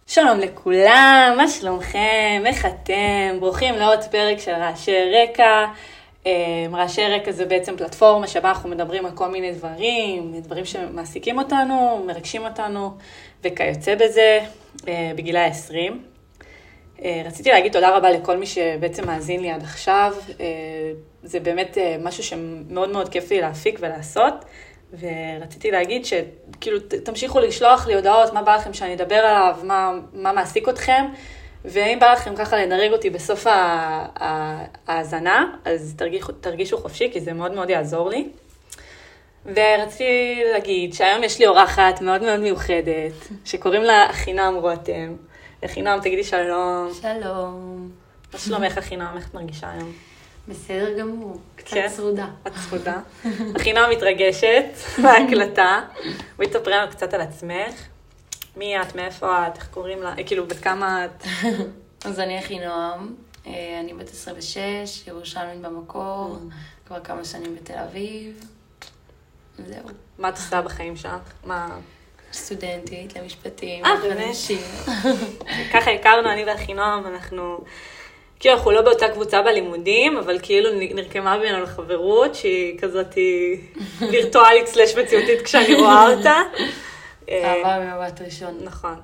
שלום לכולם, מה שלומכם? איך אתם? ברוכים לעוד פרק של רעשי רקע. רעשי רקע זה בעצם פלטפורמה שבה אנחנו מדברים על כל מיני דברים שמעסיקים אותנו, מרגשים אותנו וכיוצא בזה בגילי 20. רציתי להגיד תודה רבה לכל מי שבעצם מאזין לי עד עכשיו. זה באמת משהו שמאוד מאוד כיף לי להפיק ולעשות. ורציתי להגיד שכאילו תמשיכו לשלוח לי הודעות, מה בא לכם שאני אדבר עליו, מה מעסיק אתכם, ואם בא לכם ככה לנרג אותי בסוף ההאזנה, אז תרגישו חופשי, כי זה מאוד מאוד יעזור לי. ורציתי להגיד שהיום יש לי אורחת מאוד מאוד מיוחדת, שקוראים לה אחינועם רותם. אחינועם, תגידי שלום. שלום. מה שלומך אחינועם, איך את מרגישה היום? בסדר גמור, קצת כן? צרודה. את צרודה. אחינועם מתרגשת בהקלטה. בואי תספרי לנו קצת על עצמך. מי את, מאיפה את, איך קוראים לה, כאילו בת כמה את? אז אני אחינועם, אני בת 26, ירושלמית במקור, כבר כמה שנים בתל אביב. זהו. מה את עושה בחיים שלך? מה? סטודנטית למשפטים. באמת? ככה הכרנו, אני ואחינועם, כאילו אנחנו לא באותה קבוצה בלימודים, אבל כאילו נרקמה בינינו לחברות, שהיא כזאת וירטואלית סלש מציאותית כשאני רואה אותה. אהבה ממבט ראשון. נכון.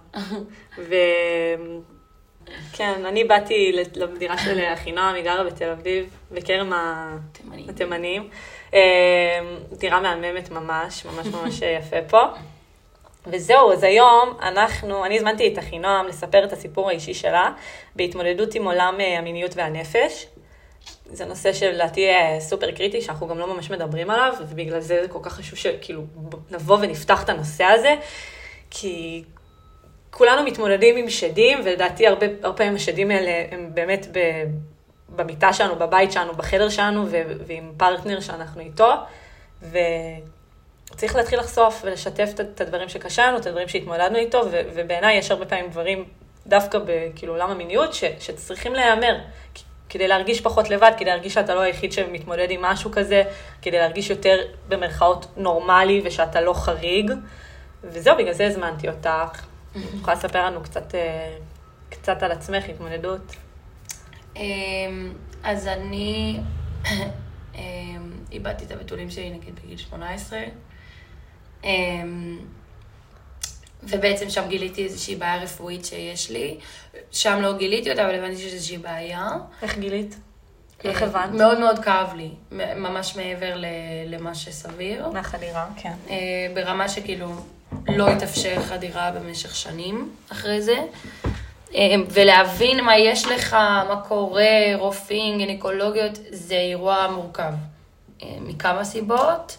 וכן, אני באתי לדירה של אחינועם, היא גרה בתל אביב, בכרם התימנים. דירה מהממת ממש, ממש ממש יפה פה. וזהו, אז היום אני הזמנתי את אחינועם לספר את הסיפור האישי שלה, בהתמודדות עם עולם המיניות והנפש. זה נושא שלדעתי סופר קריטי, שאנחנו גם לא ממש מדברים עליו, ובגלל זה כל כך חשוב שכאילו נבוא ונפתח את הנושא הזה, כי כולנו מתמודדים עם שדים, ולדעתי הרבה פעמים השדים האלה הם באמת במיטה שלנו, בבית שלנו, בחדר שלנו, ועם פרטנר שאנחנו איתו, צריך להתחיל לחשוף ולשתף את הדברים שקשנו, את הדברים שהתמודדנו איתו, ובעיניי יש הרבה פעמים דברים דווקא כאילו עולם המיניות שצריכים להיאמר, כדי להרגיש פחות לבד, כדי להרגיש שאתה לא היחיד שמתמודד עם משהו כזה, כדי להרגיש יותר במרכאות נורמלי ושאתה לא חריג, וזהו, בגלל זה הזמנתי אותך. יכולה לספר לנו קצת על עצמך, התמודדות. אז אני איבדתי את הבתולים שלי נגיד בגיל 18, ובעצם שם גיליתי איזושהי בעיה רפואית שיש לי. שם לא גיליתי אותה, אבל הבנתי שיש איזושהי בעיה. איך גילית? איך הבנת? מאוד מאוד כאב לי, ממש מעבר למה שסביר. מהחדירה, כן. ברמה שכאילו לא התאפשר חדירה במשך שנים אחרי זה. ולהבין מה יש לך, מה קורה, רופאים, גינקולוגיות, זה אירוע מורכב. מכמה סיבות.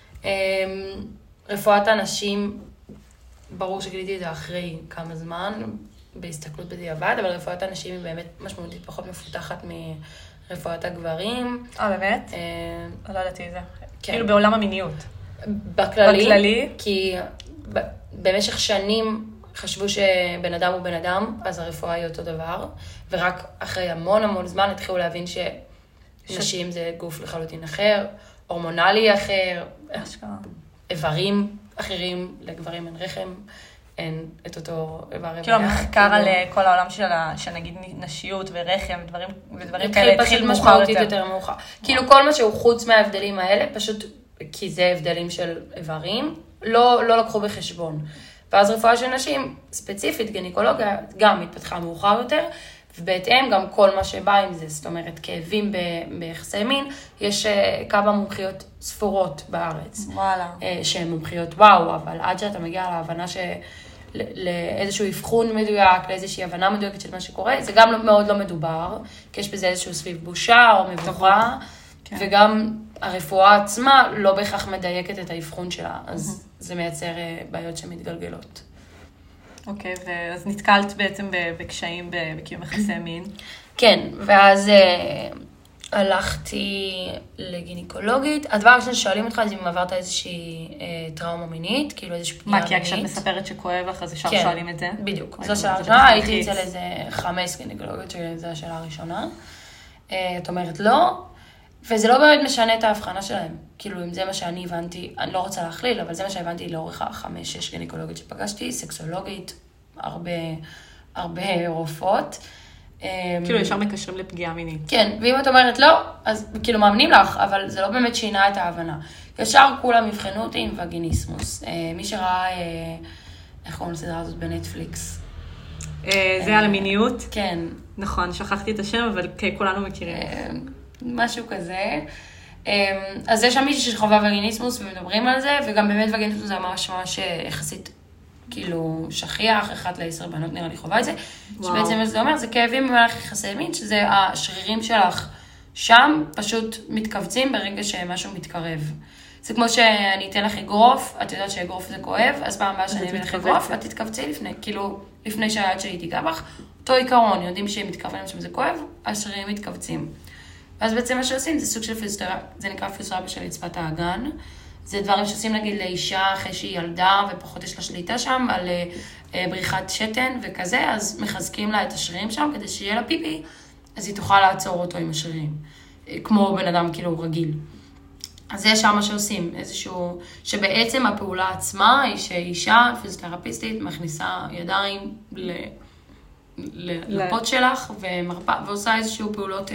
רפואת האנשים, ברור שגיליתי את זה אחרי כמה זמן, בהסתכלות בדיעבד, אבל רפואת האנשים היא באמת משמעותית פחות מפותחת מרפואת הגברים. באמת? לא ידעתי את זה. כאילו בעולם המיניות. בכללי? כי במשך שנים חשבו שבן אדם הוא בן אדם, אז הרפואה היא אותו דבר, ורק אחרי המון המון זמן התחילו להבין שנשים זה גוף לחלוטין אחר, הורמונלי אחר, איברים אחרים, לגברים אין רחם, אין את אותו איבר כאילו המחקר על כל העולם של נגיד נשיות ורחם ודברים כאלה התחיל משמעותית יותר מאוחר. כאילו כל מה שהוא חוץ מההבדלים האלה, פשוט כי זה הבדלים של איברים, לא לקחו בחשבון. ואז רפואה של נשים, ספציפית גינקולוגיה, גם התפתחה מאוחר יותר, ובהתאם גם כל מה שבא עם זה, זאת אומרת, כאבים ביחסי מין, יש כמה מומחיות ספורות בארץ. וואלה. שהן מומחיות וואו, אבל עד שאתה מגיע להבנה לאיזשהו אבחון מדויק, לאיזושהי הבנה מדויקת של מה שקורה, זה גם מאוד לא מדובר, כי יש בזה איזשהו סביב בושה או מבוכה, כן. וגם הרפואה עצמה לא בהכרח מדייקת את האבחון שלה, אז זה מייצר בעיות שמתגלגלות. אוקיי, אז נתקלת בעצם בקשיים בקיום יחסי מין? כן, ואז הלכתי לגינקולוגית. הדבר הראשון ששואלים אותך זה אם עברת איזושהי טראומה מינית, כאילו איזושהי פנייה מינית. מה, כי כשאת מספרת שכואב לך, אז ישר שואלים את זה? בדיוק. זו השאלה הראשונה, הייתי אצל איזה 5 גינקולוגיות, שזו השאלה הראשונה. את אומרת לא, וזה לא באמת משנה את ההבחנה שלהם. כאילו, אם זה מה שאני הבנתי, אני לא רוצה להכליל, אבל זה מה שהבנתי לאורך 5-6 גינקולוגיות שפגשתי, סקסולוגית, הרבה רופאות. כאילו ישר מקשרים לפגיעה מינית. כן, ואם את אומרת לא, אז כאילו מאמנים לך, אבל זה לא באמת שינה את ההבנה. ישר כולם יבחנו אותי עם וגיניסמוס. מי שראה, איך קוראים לסדרה הזאת בנטפליקס? זה על המיניות? כן. נכון, שכחתי את השם, אבל כולנו מכירים. משהו כזה. אז יש שם מישהו שחווה וגיניסמוס ומדברים על זה, וגם באמת וגיניסמוס זה ממש ממש יחסית כאילו שכיח, 1 ל10 בנות נראה לי חווה את זה, שבעצם זה אומר, זה כאבים במהלך יחסי מין, שזה השרירים שלך שם פשוט מתכווצים ברגע שמשהו מתקרב. זה כמו שאני אתן לך אגרוף, את יודעת שאגרוף זה כואב, אז פעם הבאה שאני אביא לך אגרוף, את תתכווצי לפני, כאילו לפני שהיד שלי תיגע בך, אותו עיקרון, יודעים שהם מתכוונים שזה כואב, השרירים מתכווצים. ואז בעצם מה שעושים זה סוג של פיזיותרפיה, זה נקרא פיזיותרפיה של רצפת האגן. זה דברים שעושים נגיד לאישה אחרי שהיא ילדה ופחות יש לה שליטה שם על בריחת שתן וכזה, אז מחזקים לה את השרירים שם כדי שיהיה לה פיפי, אז היא תוכל לעצור אותו עם השרירים, כמו בן אדם כאילו רגיל. אז זה שם מה שעושים, איזשהו, שבעצם הפעולה עצמה היא שאישה פיזיותרפיסטית מכניסה ידיים לפות שלך ועושה איזשהו פעולות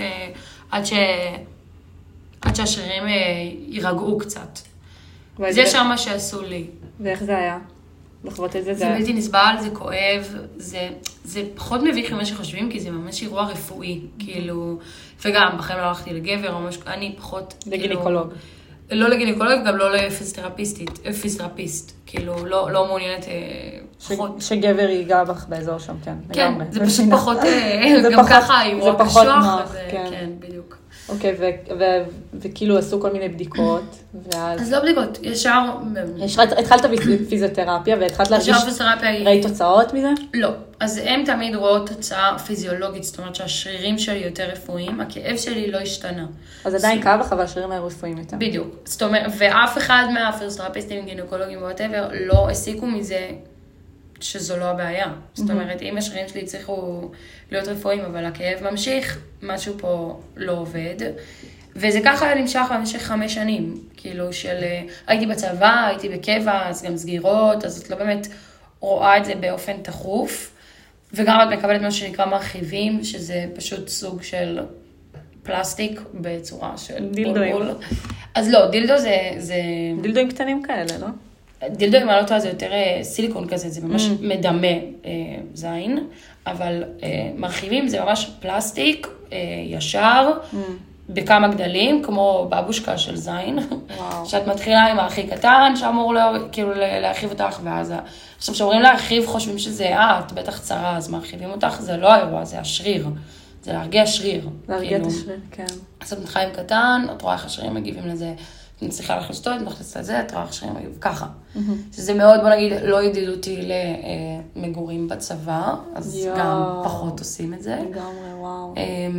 עד שהשרירים יירגעו קצת. זה שם מה שעשו לי. ואיך זה היה? לחוות את זה? זה בלתי נסבל, זה כואב, זה פחות מביך ממה שחושבים, כי זה ממש אירוע רפואי, כאילו, וגם בחיים לא הלכתי לגבר, או משהו, אני פחות, לגינקולוג. לא לגינקולוג, גם לא לפיזיותרפיסט, כאילו, לא מעוניינת פחות. שגבר ייגע בך באזור שם, כן, לגמרי. כן, זה פשוט פחות, גם ככה אירוע קשוח, כן, בדיוק. אוקיי, וכאילו עשו כל מיני בדיקות, ואז... אז לא בדיקות, ישר... התחלת בפיזיותרפיה, והתחלת להרגיש... ראית תוצאות מזה? לא. אז הם תמיד רואות תוצאה פיזיולוגית, זאת אומרת שהשרירים שלי יותר רפואיים, הכאב שלי לא השתנה. אז עדיין כאב לך, אבל השרירים היו רפואיים יותר. בדיוק. זאת אומרת, ואף אחד מהפיזיותרפיסטים, גינקולוגים whatever, לא הסיקו מזה שזו לא הבעיה. זאת אומרת, אם השרירים שלי צריכו להיות רפואיים, אבל הכאב ממשיך, משהו פה לא עובד. וזה ככה נמשך במשך 5 שנים. כאילו של, הייתי בצבא, הייתי בקבע, אז גם סגירות, אז את לא באמת רואה את זה באופן תחוף. וגם את מקבלת מה שנקרא מרחיבים, שזה פשוט סוג של פלסטיק בצורה של דילדוים. אז לא, דילדו זה... דילדוים קטנים כאלה, לא? דילדו עם העלות זה יותר סיליקון כזה, זה ממש מדמה זין, אבל מרחיבים זה ממש פלסטיק ישר, בכמה גדלים, כמו בבושקה של זין, שאת מתחילה עם הכי קטן, שאמור כאילו להרחיב אותך, ואז עכשיו שאומרים להרחיב, חושבים שזה, את בטח צרה, אז מרחיבים אותך, זה לא האירוע, זה השריר, זה להרגיע שריר. להרגיע את השריר, כן. אז את מתחילה עם קטן, את רואה איך השרירים מגיבים לזה, את צריכה להכניס אותו, את מכניסה לזה, את רואה איך השרירים מגיבים ככה. שזה מאוד, בוא נגיד, לא ידידותי למגורים בצבא, אז גם פחות עושים את זה. לגמרי, וואו.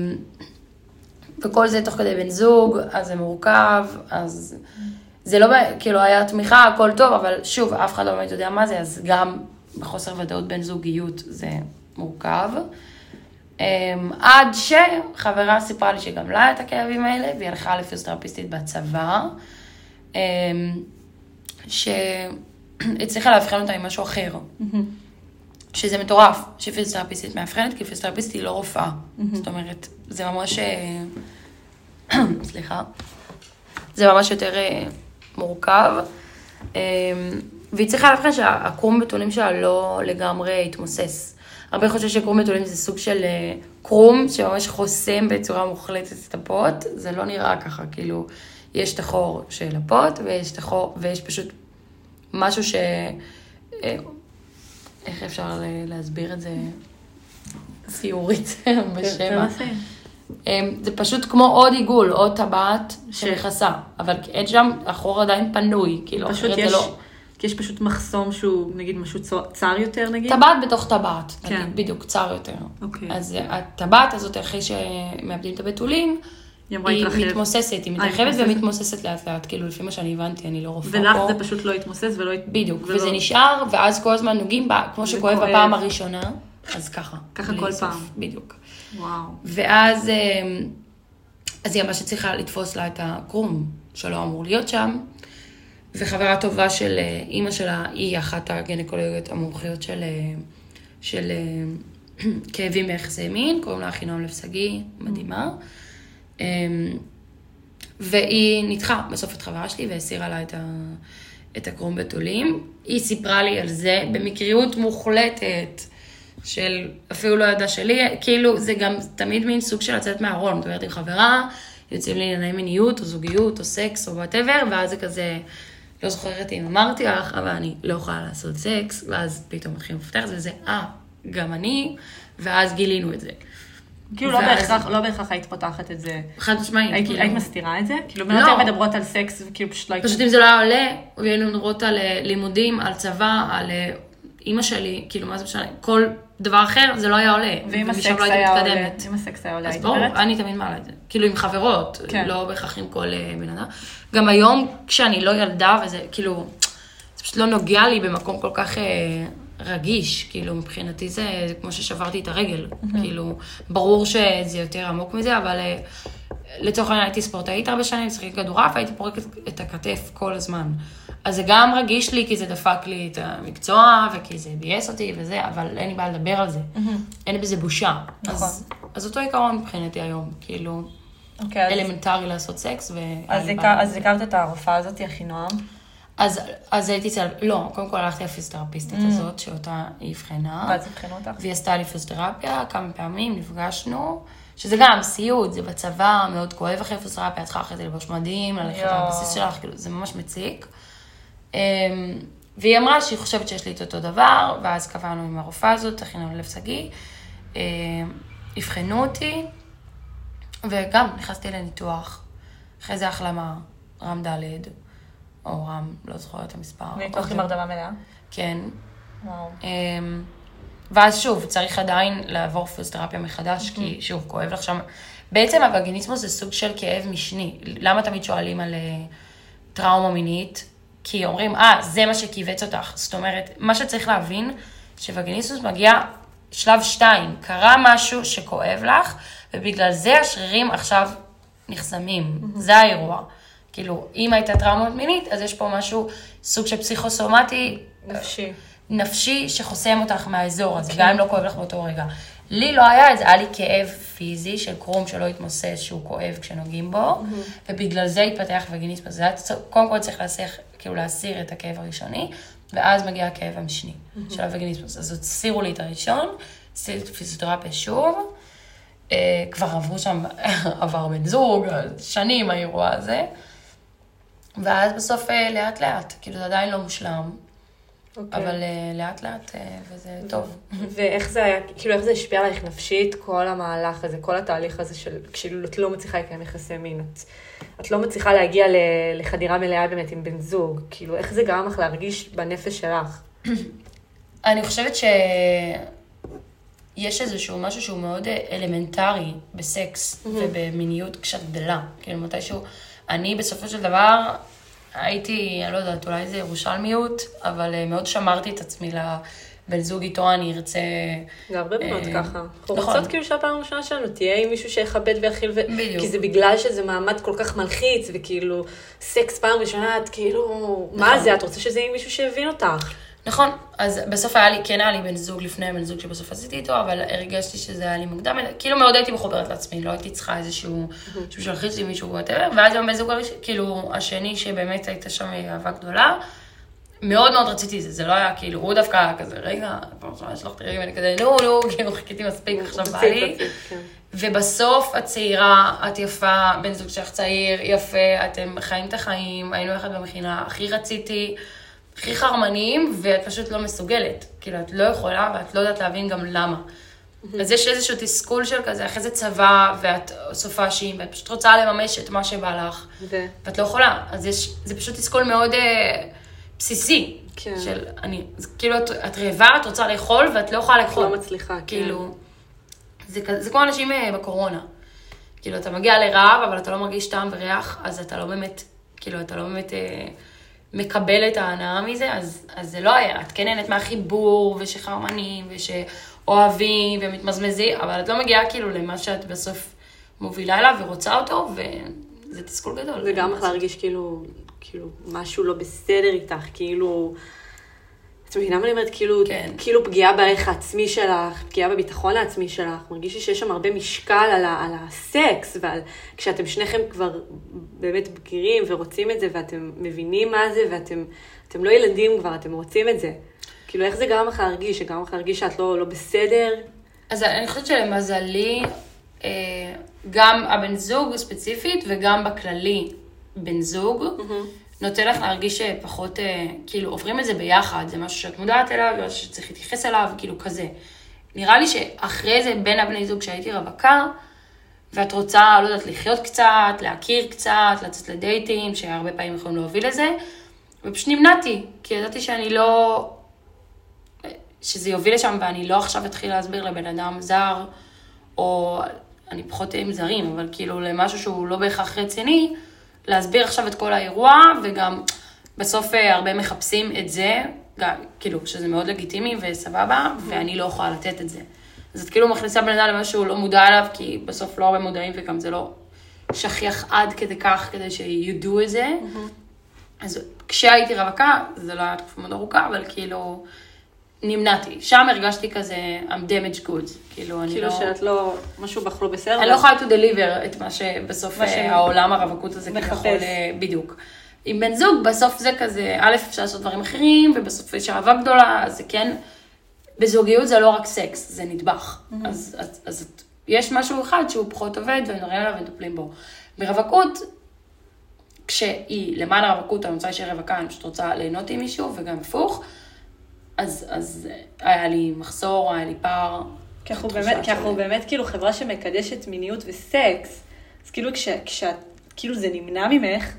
וכל זה תוך כדי בן זוג, אז זה מורכב, אז זה לא, כאילו היה תמיכה, הכל טוב, אבל שוב, אף אחד לא באמת יודע מה זה, אז גם בחוסר ודאות בין זוגיות זה מורכב. עד שחברה סיפרה לי שגם לה את הכאבים האלה, והיא הלכה לפיזיותרפיסטית בצבא, שהצליחה להבחן אותה עם משהו אחר. שזה מטורף, שפיזיותרפיסטית מאבחנת, כי פיזיותרפיסטית היא לא רופאה. זאת אומרת, זה ממש... סליחה. זה ממש יותר מורכב. והיא צריכה להבחן שהקרום בתולים שלה לא לגמרי התמוסס. הרבה חושב שקרום בתולים זה סוג של קרום שממש חוסם בצורה מוחלטת את הפות. זה לא נראה ככה, כאילו, יש את החור של הפות, ויש פשוט משהו ש... איך אפשר להסביר את זה ציורית בשמה? זה פשוט כמו עוד עיגול, עוד טבעת שנכנסה, אבל אין שם, החור עדיין פנוי, כאילו אחרת זה לא... כי יש פשוט מחסום שהוא, נגיד, משהו צר יותר, נגיד? טבעת בתוך טבעת, נגיד, בדיוק, צר יותר. אז הטבעת הזאת, אחרי שמאבדים את הבתולים, היא מתמוססת, היא מתרחבת ומתמוססת לאט לאט, כאילו לפי מה שאני הבנתי, אני לא רופאה פה. ולך זה פשוט לא התמוסס ולא... בדיוק, וזה נשאר, ואז כל הזמן נוגעים בה, כמו שכואב בפעם הראשונה, אז ככה. ככה כל פעם. בדיוק. וואו. ואז היא ממש צריכה לתפוס לה את הקרום שלא אמור להיות שם, וחברה טובה של אימא שלה, היא אחת הגינקולוגיות המומחיות של כאבים ביחסי מין, קוראים לה אחינועם לב שגיא, מדהימה. והיא ניתחה בסוף את חברה שלי והסירה לה את הקרום בתולים. היא סיפרה לי על זה במקריות מוחלטת של אפילו לא ידע שלי, כאילו זה גם תמיד מין סוג של לצאת מהארון, מדברת עם חברה, יוצאים לענייני מיניות או זוגיות או סקס או whatever, ואז זה כזה, לא זוכרת אם אמרתי לך, אבל אני לא יכולה לעשות סקס, ואז פתאום מתחילים לפתח את זה, וזה, גם אני, ואז גילינו את זה. כאילו לא בהכרח היית פותחת את זה. חד משמעית. היית מסתירה את זה? כאילו בנות הן מדברות על סקס וכאילו פשוט לא היית... פשוט אם זה לא היה עולה, והיינו נראות על לימודים, על צבא, על אמא שלי, כאילו מה זה משנה, כל דבר אחר זה לא היה עולה. ואם הסקס היה עולה, אז ברור, אני תמיד מעלה את זה. כאילו עם חברות, לא בהכרח עם כל בן אדם. גם היום כשאני לא ילדה וזה, כאילו, זה פשוט לא נוגע לי במקום כל כך... רגיש, כאילו מבחינתי זה כמו ששברתי את הרגל, כאילו ברור שזה יותר עמוק מזה, אבל לצורך העניין הייתי ספורטאית הרבה שנים, שחקתי כדורעף, והייתי פורקת את הכתף כל הזמן. אז זה גם רגיש לי, כי זה דפק לי את המקצוע, וכי זה בייס אותי וזה, אבל אין לי בעיה לדבר על זה. אין לי בזה בושה. אז אותו עיקרון מבחינתי היום, כאילו אלמנטרי לעשות סקס. אז הכרת את הרופאה הזאת, אחינועם? אז הייתי לא, קודם כל הלכתי לפיזיותרפיסטית הזאת, שאותה היא הבחנה. ואז הבחנו אותך? והיא עשתה לי פיזיותרפיה, כמה פעמים נפגשנו, שזה גם סיוד, זה בצבא, מאוד כואב אחרי פיזיותרפיה, צריכה אחרי זה לבוש מדים, ללכת לבסיס שלך, כאילו, זה ממש מציק. והיא אמרה שהיא חושבת שיש לי את אותו דבר, ואז קבענו עם הרופאה הזאת, אחינועם לב שגיא, הבחנו אותי, וגם נכנסתי לניתוח, אחרי זה החלמה, רם ד' או רם, לא זוכרת את המספר. ניתוח עם הרדמה מלאה? כן. וואו. ואז שוב, צריך עדיין לעבור פיזיותרפיה מחדש, כי שוב, כואב לך שם. בעצם הווגיניזמוס זה סוג של כאב משני. למה תמיד שואלים על טראומה מינית? כי אומרים, זה מה שכיווץ אותך. זאת אומרת, מה שצריך להבין, שווגניזמוס מגיע שלב 2. קרה משהו שכואב לך, ובגלל זה השרירים עכשיו נחסמים. זה האירוע. כאילו, אם הייתה טראומה מינית, אז יש פה משהו, סוג של פסיכוסומטי. נפשי שחוסם אותך מהאזור הזה, גם אם לא כואב לך באותו רגע. לי לא היה את זה, היה לי כאב פיזי של קרום שלא התמוסס, שהוא כואב כשנוגעים בו, ובגלל זה התפתח וגיניזמוס. זה קודם כל צריך להסיר את הכאב הראשוני, ואז מגיע הכאב המשני של הווגיניזמוס. אז הסירו לי את הראשון, עשיתי את פיזיותרפיה שוב, כבר עברו שם, עבר בן זוג, שנים האירוע הזה, ואז בסוף לאט לאט, כאילו זה עדיין לא מושלם, אבל לאט לאט, וזה טוב. ואיך זה היה, כאילו איך זה השפיע עלייך נפשית, כל המהלך הזה, כל התהליך הזה של, כאילו את לא מצליחה לקיים יחסי מין, את לא מצליחה להגיע לחדירה מלאה באמת עם בן זוג, כאילו איך זה גרם לך להרגיש בנפש שלך? אני חושבת יש איזשהו משהו שהוא מאוד אלמנטרי בסקס ובמיניות כשאת גדלה, כאילו מתישהו, אני בסופו של דבר הייתי, אני לא יודעת, אולי זה ירושלמיות, אבל מאוד שמרתי את עצמי לבן זוג איתו, אני ארצה... זה הרבה בנות ככה. אנחנו רוצות כאילו שהפעם הראשונה שלנו תהיה עם מישהו שיכבד ויכיל, כי זה בגלל שזה מעמד כל כך מלחיץ, וכאילו סקס פעם ראשונה, את כאילו, מה זה? את רוצה שזה יהיה מישהו שהבין אותך. נכון, אז בסוף כן היה לי בן זוג לפני בן זוג שבסוף עשיתי איתו, אבל הרגשתי שזה היה לי מוקדם, כאילו מאוד הייתי מחוברת לעצמי, לא הייתי צריכה איזשהו שלחיץ לי מישהו וואטאבר, ואז עם בן זוג כאילו השני שבאמת הייתה שם אהבה גדולה, מאוד מאוד רציתי זה לא היה כאילו, הוא דווקא כזה, רגע, יש לך תרגע ואני כזה, נו, כאילו חיכיתי מספיק, עכשיו בא לי, ובסוף הצעירה, את יפה, בן זוג שלך צעיר, יפה, אתם חיים את החיים, היינו אחד במכינה, הכי רציתי, הכי חרמניים, ואת פשוט לא מסוגלת. כאילו, את לא יכולה, ואת לא יודעת להבין גם למה. אז יש איזשהו תסכול של כזה, אחרי זה צבא, ואת סופשים, ואת פשוט רוצה לממש את מה שבא לך, ואת לא יכולה. אז זה פשוט תסכול מאוד בסיסי. של, כאילו, את רעבה, את רוצה לאכול, ואת לא יכולה לאכול. לא מצליחה, כאילו, זה כמו אנשים בקורונה. כאילו, אתה מגיע לרעב, אבל אתה לא מרגיש טעם וריח, אז אתה לא באמת, כאילו, אתה לא באמת... מקבל את ההנאה מזה, אז זה לא היה. את כן נהנית מהחיבור, ושחרמנים, ושאוהבים, ומתמזמזים, אבל את לא מגיעה כאילו למה שאת בסוף מובילה אליו ורוצה אותו, וזה תסכול גדול. זה גם לך להרגיש כאילו משהו לא בסדר איתך, כאילו, את מבינה מה אני אומרת? כאילו פגיעה בערך העצמי שלך, פגיעה בביטחון העצמי שלך, מרגיש שיש שם הרבה משקל על הסקס, כשאתם שניכם כבר באמת בגירים ורוצים את זה, ואתם מבינים מה זה, ואתם לא ילדים כבר, אתם רוצים את זה. כאילו איך זה גרם לך להרגיש? שגרם לך להרגיש שאת לא בסדר? אז אני חושבת שלמזלי, גם הבן זוג ספציפית וגם בכללי בן זוג, נותן לך להרגיש שפחות, כאילו עוברים את זה ביחד, זה משהו שאת מודעת אליו, זה משהו שצריך להתייחס אליו, כאילו כזה. נראה לי שאחרי זה בין הבני זוג שהייתי רווקה, ואת רוצה, לא יודעת, לחיות קצת, להכיר קצת, לצאת לדייטים, שהרבה פעמים יכולים להוביל לזה, ופשוט נמנעתי, כי ידעתי שאני לא, שזה יוביל לשם, ואני לא עכשיו אתחיל להסביר לבן אדם זר, או אני פחות עם זרים, אבל כאילו למשהו שהוא לא בהכרח רציני, להסביר עכשיו את כל האירוע, וגם בסוף הרבה מחפשים את זה, גם, כאילו שזה מאוד לגיטימי וסבבה, ואני לא יכולה לתת את זה. אז את כאילו מכניסה בן אדם למשהו לא מודע אליו, כי בסוף לא הרבה מודעים, וגם זה לא שכיח עד כדי כך, כדי שידעו את זה. אז כשהייתי רווקה, זה לא היה תקופה מאוד ארוכה, אבל כאילו נמנעתי. שם הרגשתי כזה, I'm damaged goods. כאילו אני לא... שאת לא, משהו בך לא בסדר. אני לא יכולה to deliver את מה שבסוף העולם הרווקות הזה כביכול בדיוק. עם בן זוג, בסוף זה כזה, א', אפשר לעשות דברים אחרים, ובסוף יש אהבה גדולה, אז זה כן, בזוגיות זה לא רק סקס, זה נדבך. אז יש משהו אחד שהוא פחות עובד, ונראה עליו ונטפלים בו. ברווקות, כשהיא למען הרווקות, אני רוצה שיהיה רווקה, אני פשוט רוצה ליהנות עם מישהו, וגם הפוך, אז היה לי מחסור, היה לי פער. כי אנחנו באמת כאילו חברה שמקדשת מיניות וסקס, אז כאילו כאילו זה נמנע ממך,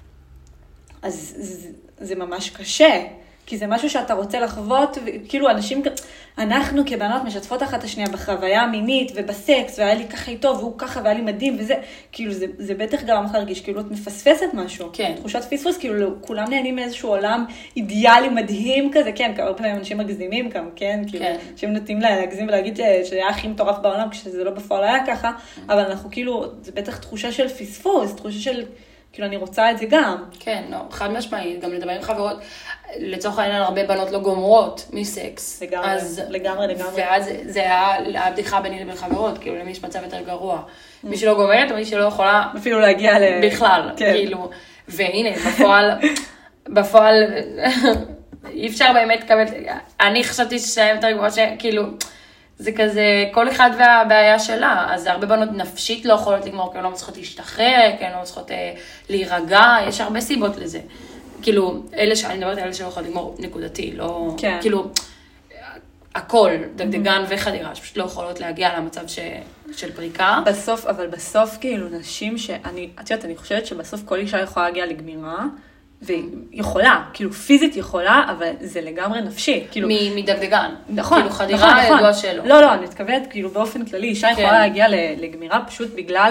אז זה ממש קשה, כי זה משהו שאתה רוצה לחוות, וכאילו אנחנו כבנות משתפות אחת השנייה בחוויה המינית ובסקס, והיה לי ככה איתו, והוא ככה, והיה לי מדהים, וזה, כאילו זה בטח גם לך להרגיש, כאילו את מפספסת משהו. כן. תחושת פספוס, כאילו כולם נהנים מאיזשהו עולם אידיאלי מדהים כזה, כן, הרבה פעמים אנשים מגזימים גם, כן, כאילו, אנשים נוטים להגזים ולהגיד שהיה הכי מטורף בעולם, כשזה לא בפועל היה ככה, אבל אנחנו כאילו, זה בטח תחושה של פספוס, תחושה של... כאילו, אני רוצה את זה גם. כן, לא, חד משמעית, גם לדבר עם חברות, לצורך העניין הרבה בנות לא גומרות מסקס. לגמרי. ואז זה היה הבדיחה ביני לבין חברות, כאילו, למי יש מצב יותר גרוע. מי שלא גומרת, או מי שלא יכולה... אפילו להגיע בכלל, כאילו. והנה, בפועל, אי אפשר באמת לקבל... אני חשבתי ששלהם יותר גרוע, שכאילו... זה כזה, כל אחד והבעיה שלה, אז הרבה בנות נפשית לא יכולות לגמור, כי הן לא מצליחות להשתחרר, כי הן לא מצליחות להירגע, יש הרבה סיבות לזה. כאילו, אני מדברת על אלה שלא יכולות לגמור נקודתי, לא, כאילו, הכל, דגדגן וחדירה, שפשוט לא יכולות להגיע למצב של פריקה. אבל בסוף, כאילו, נשים את יודעת, אני חושבת שבסוף כל אישה יכולה להגיע לגמירה, והיא יכולה, כאילו פיזית יכולה, אבל זה לגמרי נפשי. מדגדגן. נכון. כאילו חדירה ידוע שלו. לא, אני מתכוונת, כאילו באופן כללי, אישה יכולה להגיע לגמירה פשוט בגלל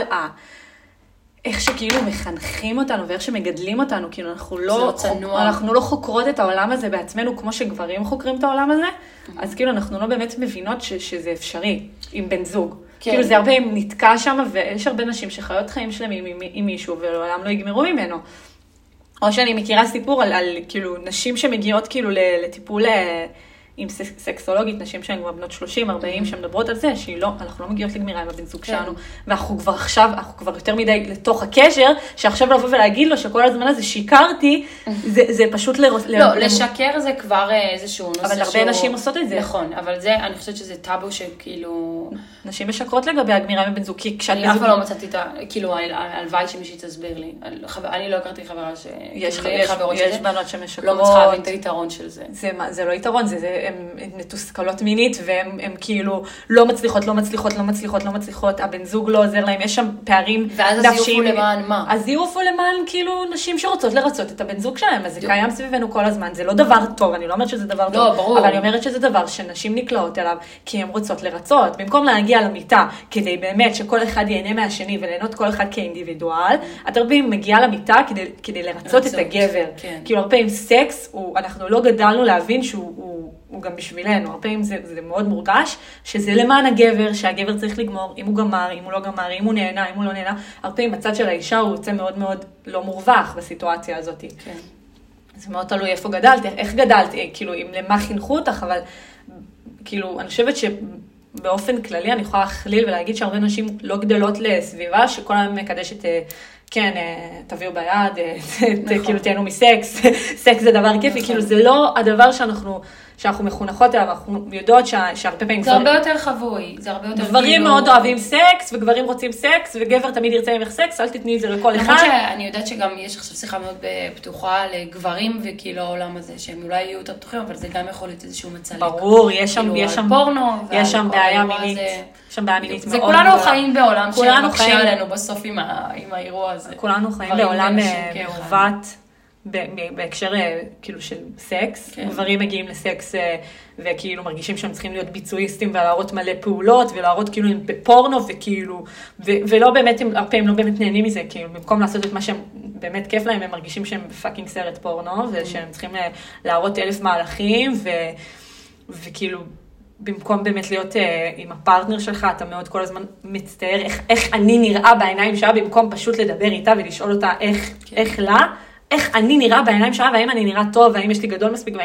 איך שכאילו מחנכים אותנו, ואיך שמגדלים אותנו, כאילו אנחנו לא חוקרות את העולם הזה בעצמנו, כמו שגברים חוקרים את העולם הזה, אז כאילו אנחנו לא באמת מבינות שזה אפשרי עם בן זוג. כאילו זה הרבה נתקע שם, ויש הרבה נשים שחיות חיים שלמים עם מישהו, ולעולם לא יגמרו ממנו. או שאני מכירה סיפור על כאילו נשים שמגיעות כאילו לטיפול עם סקסולוגית, נשים שהן כבר בנות 30, 40, שמדברות על זה, אנחנו לא מגיעות לגמירה עם הבן זוג שלנו, ואנחנו כבר יותר מדי לתוך הקשר, שעכשיו לבוא ולהגיד לו שכל הזמן הזה שיקרתי, זה פשוט לא, לשקר זה כבר איזשהו נושא אבל הרבה נשים עושות את זה. נכון, אבל זה, אני חושבת שזה טאבו שכאילו... נשים משקרות לגבי הגמירה עם בן זוג, כי כשאת... אני אף לא מצאתי את ה... כאילו, הלוואי שמישהי תסביר לי. אני לא הכרתי חברה ש... יש בנות שמשקרות. לא מצליחה להבין את היתרון של זה. זה לא יתרון, הן מתוסכלות מינית, והן כאילו לא מצליחות, הבן זוג לא עוזר להם, יש שם פערים נפשיים. ואז יעופו למען מה? אז יעופו למען כאילו נשים שרוצות לרצות את הבן זוג שלהם, אז זה קיים סביבנו כל הזמן, זה לא דבר טוב, אני לא אומרת שזה דבר טוב, אבל אני אומרת שזה דבר שנשים נקלעות אליו, כי הן רוצות לרצות, במקום להגיע למיטה, כדי באמת שכל אחד ייהנה מהשני, וליהנות כל אחד כאינדיבידואל, את הרבה מגיעה למיטה כדי לרצות את הגבר. כאילו הרבה עם סקס, אנחנו לא גדלנו להבין שהוא גם בשבילנו, הרבה פעמים זה מאוד מורגש, שזה למען הגבר, שהגבר צריך לגמור, אם הוא גמר, אם הוא לא גמר, אם הוא נהנה, אם הוא לא נהנה, הרבה פעמים הצד של האישה הוא יוצא מאוד מאוד לא מורווח בסיטואציה הזאת. כן. זה מאוד תלוי איפה גדלת, איך גדלת, כאילו, למה חינכו אותך, אבל כאילו, אני חושבת שבאופן כללי אני יכולה להכליל ולהגיד שהרבה נשים לא גדלות לסביבה, שכל היום מקדשת, כן, תביאו ביד, כאילו תהנו מסקס, סקס זה דבר כיפי, כאילו זה לא הדבר שאנחנו מחונכות אליו, אנחנו יודעות שהרבה פעמים... זה הרבה יותר חבוי, זה הרבה יותר... גברים מאוד אוהבים סקס, וגברים רוצים סקס, וגבר תמיד ירצה ממך סקס, אל תתני את זה לכל אחד. למרות שאני יודעת שגם יש עכשיו שיחה מאוד פתוחה לגברים, וכאילו העולם הזה, שהם אולי יהיו יותר פתוחים, אבל זה גם יכול להיות איזשהו מצליק. ברור, יש שם פורנו, יש שם בעיה מינית. יש שם בעיה מינית מאוד. זה כולנו חיים בעולם שמקשה עלינו בסוף עם האירוע הזה. כולנו חיים בעולם מעוות. בהקשר כאילו של סקס, גברים מגיעים לסקס וכאילו מרגישים שהם צריכים להיות ביצועיסטים ולהראות מלא פעולות ולהראות כאילו הם בפורנו וכאילו, ולא באמת, הרבה הם לא באמת נהנים מזה, כאילו במקום לעשות את מה שהם באמת כיף להם, הם מרגישים שהם בפאקינג סרט פורנו ושהם צריכים להראות 1000 מהלכים וכאילו במקום באמת להיות עם הפרטנר שלך, אתה מאוד כל הזמן מצטער איך אני נראה בעיניים שלה, במקום פשוט לדבר איתה ולשאול אותה איך לה, איך אני נראה בעיניים שלה, והאם אני נראה טוב, והאם יש לי גדול מספיק,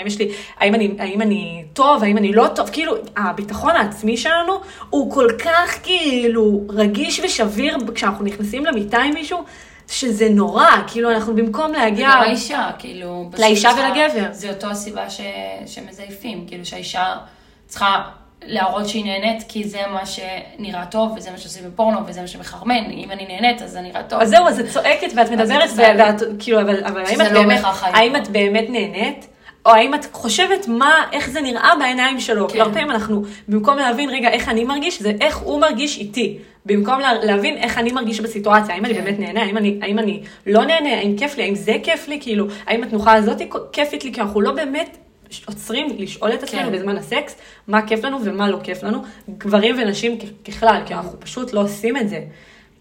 האם אני טוב, האם אני לא טוב, כאילו, הביטחון העצמי שלנו, הוא כל כך כאילו רגיש ושביר, כשאנחנו נכנסים למיטה עם מישהו, שזה נורא, כאילו אנחנו במקום להגיע... וגם האישה, כאילו... לאישה ולגבר. זה אותו הסיבה שמזייפים, כאילו שהאישה צריכה... להראות שהיא נהנית, כי זה מה שנראה טוב, וזה מה שעושים בפורנו, וזה מה שמחרמן. אם אני נהנית, אז זה נראה טוב. אז זהו, אז את צועקת, ואת מדברת, כאילו, אבל האם את באמת נהנית, או האם את חושבת איך זה נראה בעיניים שלו? כי הרבה פעמים אנחנו, במקום להבין, רגע, איך אני מרגיש, זה איך הוא מרגיש איתי. במקום להבין איך אני מרגיש בסיטואציה, האם אני באמת נהנה, האם אני לא נהנה, האם כיף לי, האם זה כיף לי, כאילו, האם התנוחה הזאת כיפית לי, כי אנחנו לא באמת עוצרים לשאול את עצמנו בזמן הסקס, מה כיף לנו ומה לא כיף לנו, גברים ונשים ככלל, כי אנחנו פשוט לא עושים את זה.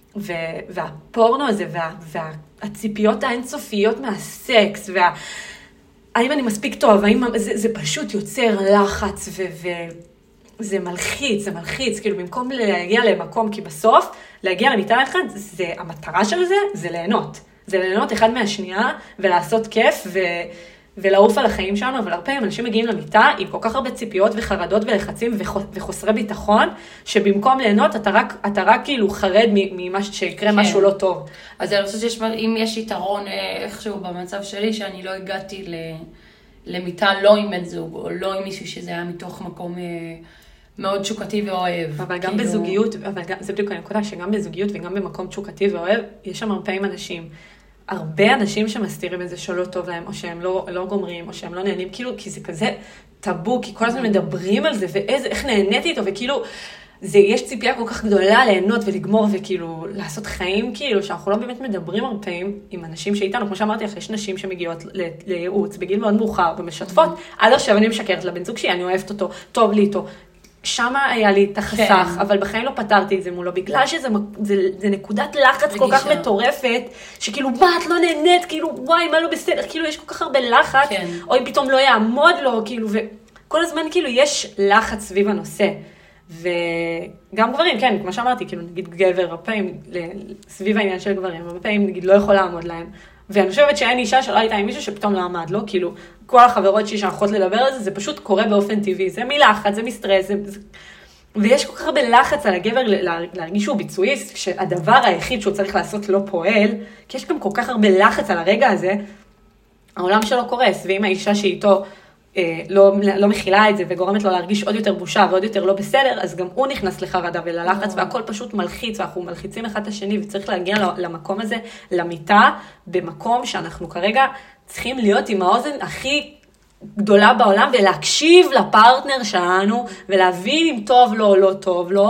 והפורנו הזה, והציפיות האינסופיות מהסקס, האם אני מספיק טוב, האם זה פשוט יוצר לחץ, וזה מלחיץ, זה מלחיץ, כאילו במקום להגיע למקום, כי בסוף, להגיע למיטה אחד, המטרה של זה ליהנות. זה ליהנות אחד מהשנייה, ולעשות כיף, ולעוף על החיים שלנו, אבל הרבה פעמים אנשים מגיעים למיטה עם כל כך הרבה ציפיות וחרדות ולחצים וחוסרי ביטחון, שבמקום ליהנות אתה רק כאילו חרד ממה שיקרה משהו לא טוב. אז אני חושבת שאם יש יתרון איכשהו במצב שלי, שאני לא הגעתי למיטה לא עם בן זוג, או לא עם מישהו שזה היה מתוך מקום מאוד תשוקתי ואוהב. אבל גם בזוגיות, זה בדיוק הנקודה, שגם בזוגיות וגם במקום תשוקתי ואוהב, יש שם הרבה פעמים הרבה אנשים שמסתירים את זה שלא טוב להם, או שהם לא גומרים, או שהם לא נהנים, כאילו, כי זה כזה טאבו, כי כל הזמן מדברים על זה, איך נהניתי איתו, וכאילו, יש ציפייה כל כך גדולה ליהנות ולגמור, וכאילו, לעשות חיים, כאילו, שאנחנו לא באמת מדברים הרבה פעמים עם אנשים שאיתנו, כמו שאמרתי לך, יש נשים שמגיעות לייעוץ, בגיל מאוד מאוחר, ומשתפות, עד עכשיו אני משקרת לבן זוג שלי, אני אוהבת אותו, טוב לי איתו, שמה היה לי את החסך, אבל בחיים לא פתרתי את זה מולו, בגלל שזה נקודת לחץ כל כך מטורפת, שכאילו, מה, את לא נהנית, כאילו, וואי, מה לא בסדר, כאילו, יש כל כך הרבה לחץ, או אם פתאום לא יעמוד לו, כאילו, וכל הזמן, כאילו, יש לחץ סביב הנושא, וגם גברים, כן, כמו שאמרתי, כאילו, נגיד גבר, הרבה פעמים, סביב העניין של גברים, הרבה פעמים, נגיד, לא יכול לעמוד להם, ואני חושבת שאין אישה שלא הייתה עם מישהו שפתאום לא עמד לו, כאילו, כל החברות שהולכות לדבר על זה, זה פשוט קורה באופן טבעי, זה מלחץ, זה מסטרס, ויש כל כך הרבה לחץ על הגבר להרגיש שהוא ביצועיסט, שהדבר היחיד שהוא צריך לעשות לא פועל, כי יש גם כל כך הרבה לחץ על הרגע הזה, העולם שלו קורס, ואם האישה שאיתו לא מכילה את זה, וגורמת לו להרגיש עוד יותר בושה ועוד יותר לא בסדר, אז גם הוא נכנס לחרדה וללחץ, והכל פשוט מלחיץ, ואנחנו מלחיצים אחד את השני, וצריך להגיע למקום הזה, למיטה, במקום שאנחנו כרגע צריכים להיות עם האוזן הכי גדולה בעולם, ולהקשיב לפרטנר שלנו, ולהבין אם טוב לו או לא טוב לו,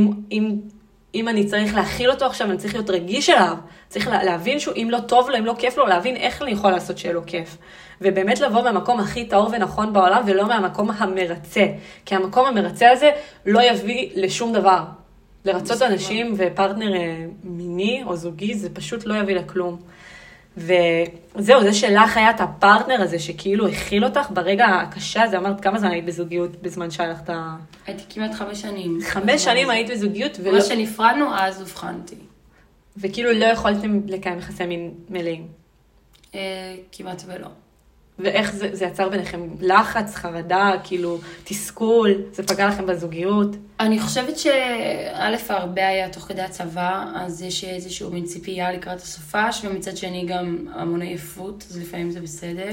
ואם אני צריך להכיל אותו עכשיו, אני צריך להיות רגיש אליו, צריך להבין שאם לא טוב לו, אם לא כיף לו, להבין איך אני יכול לעשות שיהיה לו כיף. ובאמת לבוא מהמקום הכי טהור ונכון בעולם, ולא מהמקום המרצה. כי המקום המרצה הזה לא יביא לשום דבר. לרצות אנשים ופרטנר מיני או זוגי, זה פשוט לא יביא לכלום. וזהו, זה שלך היה את הפרטנר הזה שכאילו הכיל אותך ברגע הקשה הזה, אמרת כמה זמן היית בזוגיות בזמן שהלכת? הייתי כמעט 5 שנים. 5 שנים היית בזוגיות מה שנפרדנו, אז הבחנתי. וכאילו לא יכולתם לקיים יחסי מין מלאים? כמעט ולא. ואיך זה יצר ביניכם לחץ, חרדה, כאילו, תסכול, זה פגע לכם בזוגיות? אני חושבת שא' הרבה היה תוך כדי הצבא, אז יש איזשהו מין ציפייה לקראת הסופש, ומצד שני גם המון עייפות, אז לפעמים זה בסדר.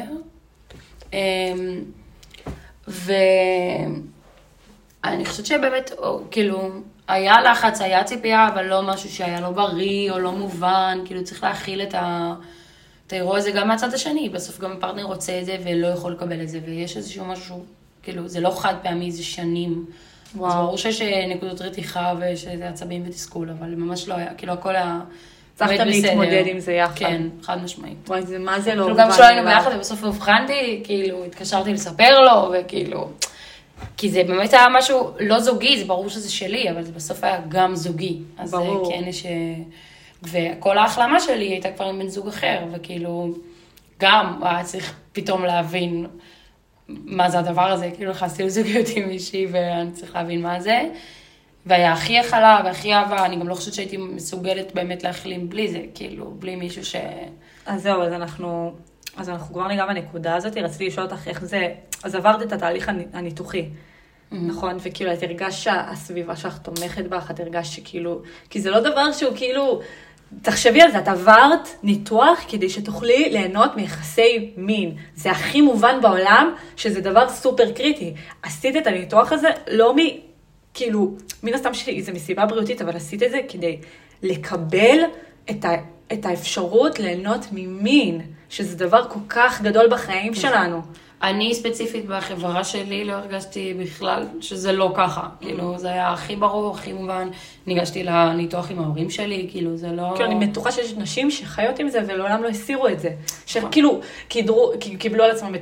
ואני חושבת שבאמת, כאילו, היה לחץ, היה ציפייה, אבל לא משהו שהיה לא בריא או לא מובן, כאילו צריך להכיל את האירוע הזה גם מהצד השני, בסוף גם הפרטנר רוצה את זה ולא יכול לקבל את זה, ויש איזשהו משהו, כאילו, זה לא חד פעמי, זה שנים. וואו. אז ברור שיש נקודות רתיחה ויש עצבים ותסכול, אבל ממש לא היה, כאילו הכל היה... צריכתם להתמודד עם זה יחד. כן, חד משמעית. וואי, זה מה זה לא... כאילו גם שלא היינו ביחד ובסוף הבחנתי, כאילו, התקשרתי לספר לו, וכאילו... כי זה באמת היה משהו לא זוגי, זה ברור שזה שלי, אבל זה בסוף היה גם זוגי. אז ברור. כן, יש... וכל ההחלמה שלי הייתה כבר עם בן זוג אחר, וכאילו, גם היה צריך פתאום להבין מה זה הדבר הזה, כאילו נכנסתי לזוגיות עם מישהי, ואני צריך להבין מה זה. והיה הכי החלה והכי אהבה, אני גם לא חושבת שהייתי מסוגלת באמת להחלים בלי זה, כאילו, בלי מישהו ש... אז זהו, אז אנחנו כבר ניגע בנקודה הזאת, רציתי לשאול אותך איך זה, אז עברת את התהליך הניתוחי, נכון? וכאילו, את הרגשת שהסביבה שלך תומכת בך, את הרגשת שכאילו, כי זה לא דבר שהוא כאילו, תחשבי על זה, את עברת ניתוח כדי שתוכלי ליהנות מיחסי מין. זה הכי מובן בעולם, שזה דבר סופר קריטי. עשית את הניתוח הזה, לא כאילו, מן הסתם שלי, זה מסיבה בריאותית, אבל עשית את זה כדי לקבל את האפשרות ליהנות ממין, שזה דבר כל כך גדול בחיים שלנו. אני ספציפית בחברה שלי לא הרגשתי בכלל שזה לא ככה. כאילו, זה היה הכי ברור, הכי מובן. ניגשתי לניתוח עם ההורים שלי, כאילו, זה לא... כאילו, אני בטוחה שיש נשים שחיות עם זה ולעולם לא הסירו את זה. שכאילו, קיבלו על עצמם